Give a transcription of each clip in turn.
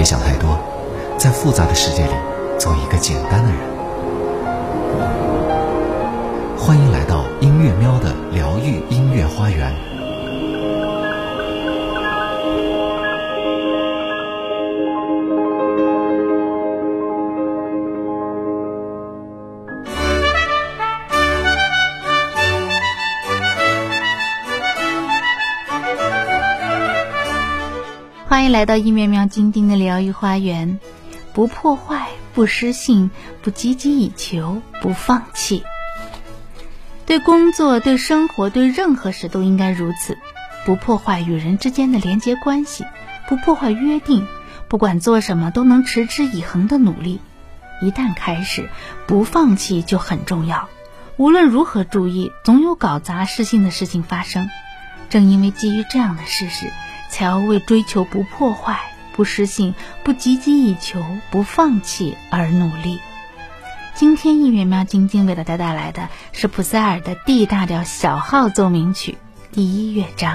别想太多，在复杂的世界里做一个简单的人。欢迎来到音乐喵的疗愈音乐花园。 欢迎来到音乐喵晶晶的疗愈花园。不破坏，不失信，不汲汲以求，不放弃。对工作，对生活，对任何事都应该如此。不破坏与人之间的连结关系，不破坏约定，不管做什么都能持之以恒的努力。一旦开始，不放弃就很重要。无论如何注意，总有搞砸失信的事情发生。正因为基于这样的事实，才要为追求不破坏、不失信、不汲汲以求、不放弃而努力。今天音乐喵晶晶为大家带来的是普塞尔的 D 大调小号奏鸣曲第1乐章。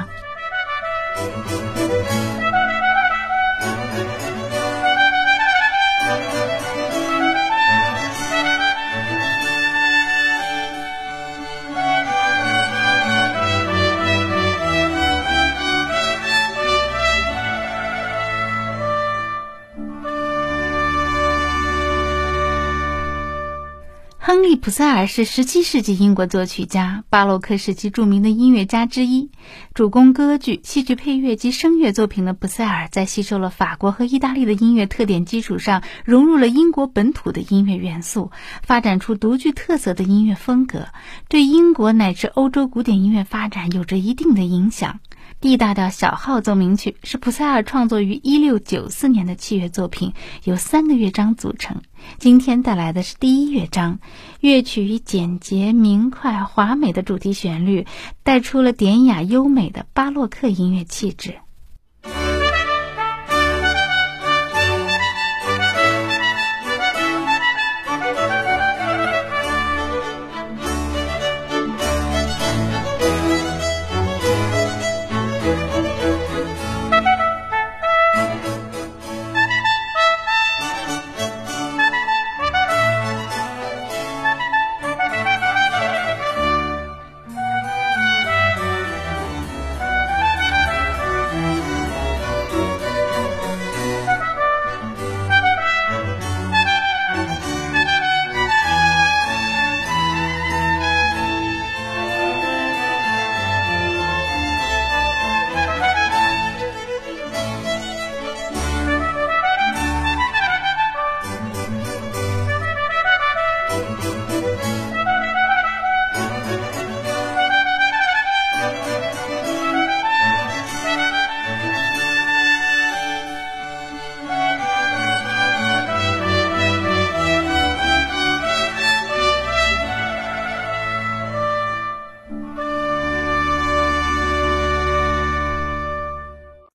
亨利·普塞尔是17世纪英国作曲家，巴洛克时期著名的音乐家之一。主攻歌剧、戏剧配乐及声乐作品的普塞尔，在吸收了法国和意大利的音乐特点基础上，融入了英国本土的音乐元素，发展出独具特色的音乐风格，对英国乃至欧洲古典音乐发展有着一定的影响。D 大调小号奏鸣曲是普塞尔创作于1694年的器乐作品，由3个乐章组成。今天带来的是第1乐章，乐曲以简洁、明快、华美的主题旋律，带出了典雅优美的巴洛克音乐气质。